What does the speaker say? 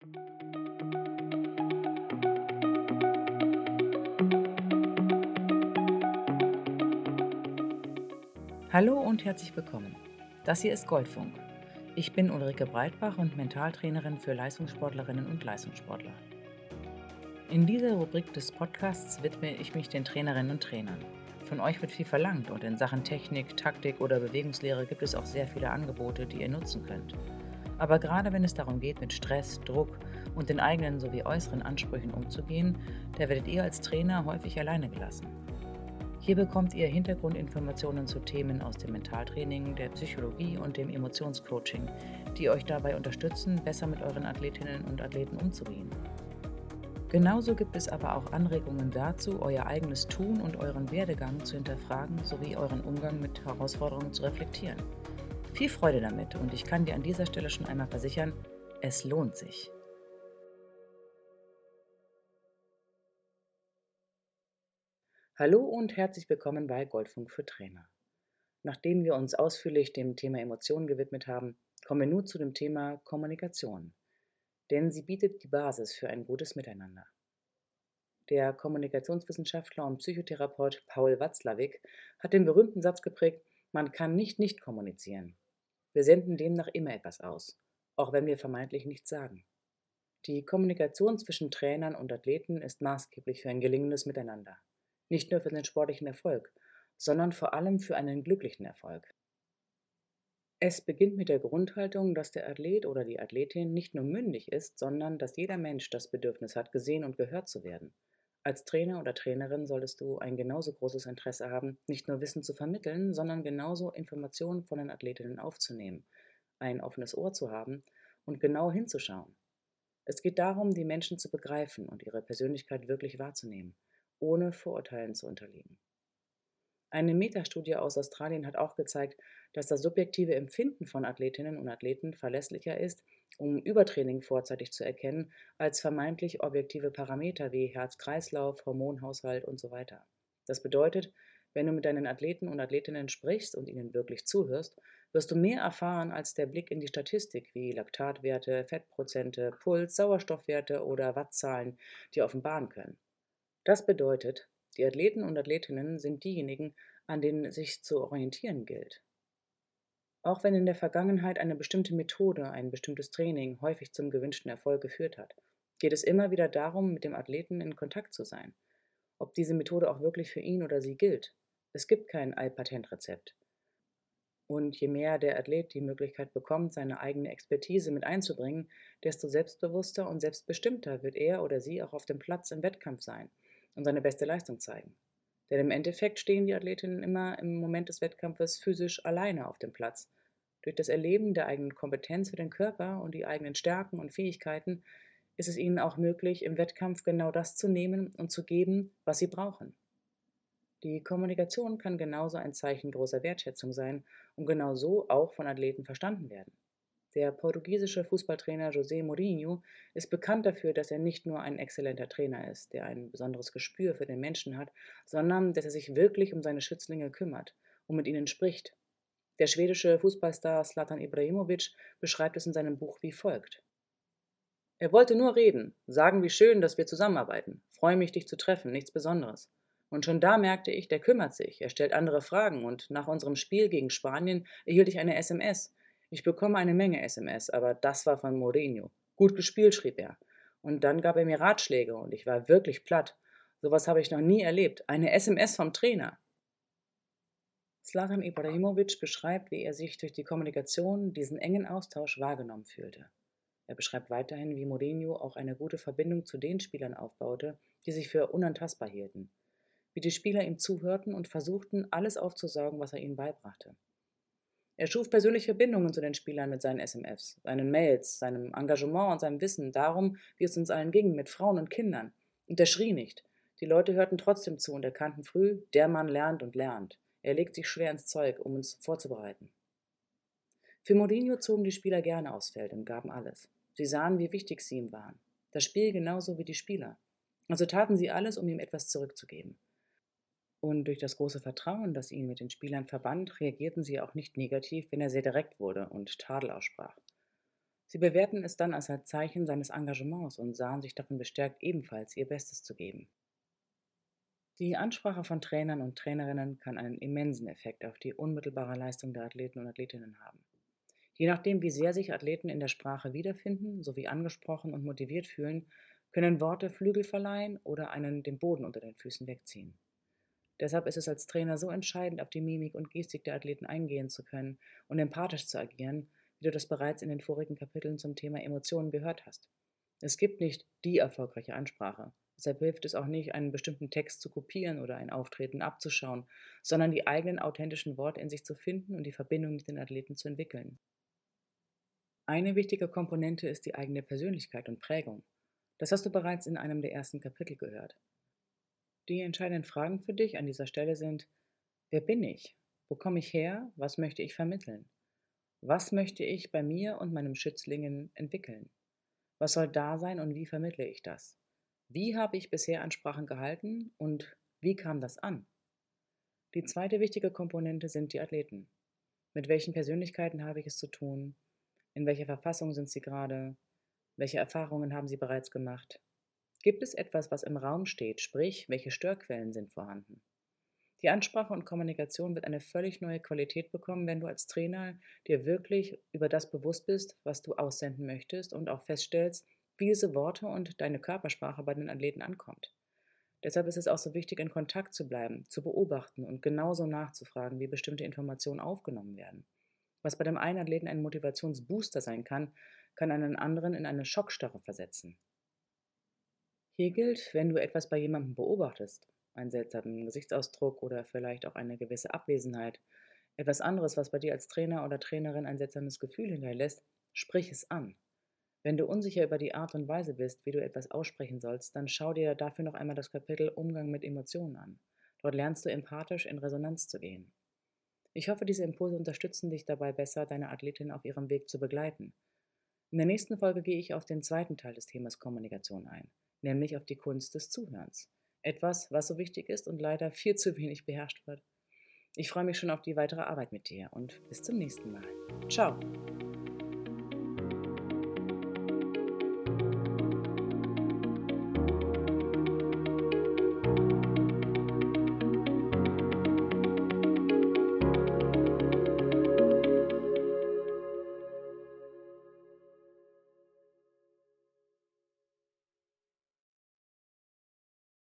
Hallo und herzlich willkommen. Das hier ist Goldfunk. Ich bin Ulrike Breitbach und Mentaltrainerin für Leistungssportlerinnen und Leistungssportler. In dieser Rubrik des Podcasts widme ich mich den Trainerinnen und Trainern. Von euch wird viel verlangt und in Sachen Technik, Taktik oder Bewegungslehre gibt es auch sehr viele Angebote, die ihr nutzen könnt. Aber gerade wenn es darum geht, mit Stress, Druck und den eigenen sowie äußeren Ansprüchen umzugehen, da werdet ihr als Trainer häufig alleine gelassen. Hier bekommt ihr Hintergrundinformationen zu Themen aus dem Mentaltraining, der Psychologie und dem Emotionscoaching, die euch dabei unterstützen, besser mit euren Athletinnen und Athleten umzugehen. Genauso gibt es aber auch Anregungen dazu, euer eigenes Tun und euren Werdegang zu hinterfragen sowie euren Umgang mit Herausforderungen zu reflektieren. Viel Freude damit und ich kann dir an dieser Stelle schon einmal versichern, es lohnt sich. Hallo und herzlich willkommen bei Goldfunk für Trainer. Nachdem wir uns ausführlich dem Thema Emotionen gewidmet haben, kommen wir nun zu dem Thema Kommunikation. Denn sie bietet die Basis für ein gutes Miteinander. Der Kommunikationswissenschaftler und Psychotherapeut Paul Watzlawick hat den berühmten Satz geprägt: Man kann nicht kommunizieren. Wir senden demnach immer etwas aus, auch wenn wir vermeintlich nichts sagen. Die Kommunikation zwischen Trainern und Athleten ist maßgeblich für ein gelingendes Miteinander. Nicht nur für den sportlichen Erfolg, sondern vor allem für einen glücklichen Erfolg. Es beginnt mit der Grundhaltung, dass der Athlet oder die Athletin nicht nur mündig ist, sondern dass jeder Mensch das Bedürfnis hat, gesehen und gehört zu werden. Als Trainer oder Trainerin solltest du ein genauso großes Interesse haben, nicht nur Wissen zu vermitteln, sondern genauso Informationen von den Athletinnen aufzunehmen, ein offenes Ohr zu haben und genau hinzuschauen. Es geht darum, die Menschen zu begreifen und ihre Persönlichkeit wirklich wahrzunehmen, ohne Vorurteilen zu unterliegen. Eine Metastudie aus Australien hat auch gezeigt, dass das subjektive Empfinden von Athletinnen und Athleten verlässlicher ist, um Übertraining vorzeitig zu erkennen, als vermeintlich objektive Parameter wie Herz-Kreislauf, Hormonhaushalt und so weiter. Das bedeutet, wenn du mit deinen Athleten und Athletinnen sprichst und ihnen wirklich zuhörst, wirst du mehr erfahren als der Blick in die Statistik wie Laktatwerte, Fettprozente, Puls, Sauerstoffwerte oder Wattzahlen dir offenbaren können. Das bedeutet, die Athleten und Athletinnen sind diejenigen, an denen es sich zu orientieren gilt. Auch wenn in der Vergangenheit eine bestimmte Methode, ein bestimmtes Training häufig zum gewünschten Erfolg geführt hat, geht es immer wieder darum, mit dem Athleten in Kontakt zu sein, ob diese Methode auch wirklich für ihn oder sie gilt. Es gibt kein Allpatentrezept. Und je mehr der Athlet die Möglichkeit bekommt, seine eigene Expertise mit einzubringen, desto selbstbewusster und selbstbestimmter wird er oder sie auch auf dem Platz im Wettkampf sein und seine beste Leistung zeigen. Denn im Endeffekt stehen die Athletinnen immer im Moment des Wettkampfes physisch alleine auf dem Platz. Durch das Erleben der eigenen Kompetenz für den Körper und die eigenen Stärken und Fähigkeiten ist es ihnen auch möglich, im Wettkampf genau das zu nehmen und zu geben, was sie brauchen. Die Kommunikation kann genauso ein Zeichen großer Wertschätzung sein und genau so auch von Athleten verstanden werden. Der portugiesische Fußballtrainer José Mourinho ist bekannt dafür, dass er nicht nur ein exzellenter Trainer ist, der ein besonderes Gespür für den Menschen hat, sondern dass er sich wirklich um seine Schützlinge kümmert und mit ihnen spricht. Der schwedische Fußballstar Zlatan Ibrahimovic beschreibt es in seinem Buch wie folgt: Er wollte nur reden, sagen, wie schön, dass wir zusammenarbeiten. Freue mich, dich zu treffen, nichts Besonderes. Und schon da merkte ich, der kümmert sich, er stellt andere Fragen und nach unserem Spiel gegen Spanien erhielt ich eine SMS. Ich bekomme eine Menge SMS, aber das war von Mourinho. Gut gespielt, schrieb er. Und dann gab er mir Ratschläge und ich war wirklich platt. Sowas habe ich noch nie erlebt. Eine SMS vom Trainer. Zlatan Ibrahimovic beschreibt, wie er sich durch die Kommunikation, diesen engen Austausch wahrgenommen fühlte. Er beschreibt weiterhin, wie Mourinho auch eine gute Verbindung zu den Spielern aufbaute, die sich für unantastbar hielten. Wie die Spieler ihm zuhörten und versuchten, alles aufzusaugen, was er ihnen beibrachte. Er schuf persönliche Bindungen zu den Spielern mit seinen SMFs, seinen Mails, seinem Engagement und seinem Wissen darum, wie es uns allen ging, mit Frauen und Kindern. Und er schrie nicht. Die Leute hörten trotzdem zu und erkannten früh, der Mann lernt und lernt. Er legt sich schwer ins Zeug, um uns vorzubereiten. Für Mourinho zogen die Spieler gerne aufs Feld und gaben alles. Sie sahen, wie wichtig sie ihm waren. Das Spiel genauso wie die Spieler. Also taten sie alles, um ihm etwas zurückzugeben. Und durch das große Vertrauen, das ihn mit den Spielern verband, reagierten sie auch nicht negativ, wenn er sehr direkt wurde und Tadel aussprach. Sie bewerten es dann als ein Zeichen seines Engagements und sahen sich darin bestärkt, ebenfalls ihr Bestes zu geben. Die Ansprache von Trainern und Trainerinnen kann einen immensen Effekt auf die unmittelbare Leistung der Athleten und Athletinnen haben. Je nachdem, wie sehr sich Athleten in der Sprache wiederfinden, sowie angesprochen und motiviert fühlen, können Worte Flügel verleihen oder einen den Boden unter den Füßen wegziehen. Deshalb ist es als Trainer so entscheidend, auf die Mimik und Gestik der Athleten eingehen zu können und empathisch zu agieren, wie du das bereits in den vorigen Kapiteln zum Thema Emotionen gehört hast. Es gibt nicht die erfolgreiche Ansprache. Deshalb hilft es auch nicht, einen bestimmten Text zu kopieren oder ein Auftreten abzuschauen, sondern die eigenen authentischen Worte in sich zu finden und die Verbindung mit den Athleten zu entwickeln. Eine wichtige Komponente ist die eigene Persönlichkeit und Prägung. Das hast du bereits in einem der ersten Kapitel gehört. Die entscheidenden Fragen für dich an dieser Stelle sind: Wer bin ich? Wo komme ich her? Was möchte ich vermitteln? Was möchte ich bei mir und meinem Schützlingen entwickeln? Was soll da sein und wie vermittle ich das? Wie habe ich bisher Ansprachen gehalten und wie kam das an? Die zweite wichtige Komponente sind die Athleten. Mit welchen Persönlichkeiten habe ich es zu tun? In welcher Verfassung sind sie gerade? Welche Erfahrungen haben sie bereits gemacht? Gibt es etwas, was im Raum steht, sprich, welche Störquellen sind vorhanden? Die Ansprache und Kommunikation wird eine völlig neue Qualität bekommen, wenn du als Trainer dir wirklich über das bewusst bist, was du aussenden möchtest und auch feststellst, wie diese Worte und deine Körpersprache bei den Athleten ankommt. Deshalb ist es auch so wichtig, in Kontakt zu bleiben, zu beobachten und genauso nachzufragen, wie bestimmte Informationen aufgenommen werden. Was bei dem einen Athleten ein Motivationsbooster sein kann, kann einen anderen in eine Schockstarre versetzen. Hier gilt, wenn du etwas bei jemandem beobachtest, einen seltsamen Gesichtsausdruck oder vielleicht auch eine gewisse Abwesenheit, etwas anderes, was bei dir als Trainer oder Trainerin ein seltsames Gefühl hinterlässt, sprich es an. Wenn du unsicher über die Art und Weise bist, wie du etwas aussprechen sollst, dann schau dir dafür noch einmal das Kapitel Umgang mit Emotionen an. Dort lernst du empathisch in Resonanz zu gehen. Ich hoffe, diese Impulse unterstützen dich dabei besser, deine Athletin auf ihrem Weg zu begleiten. In der nächsten Folge gehe ich auf den zweiten Teil des Themas Kommunikation ein, nämlich auf die Kunst des Zuhörens. Etwas, was so wichtig ist und leider viel zu wenig beherrscht wird. Ich freue mich schon auf die weitere Arbeit mit dir und bis zum nächsten Mal. Ciao!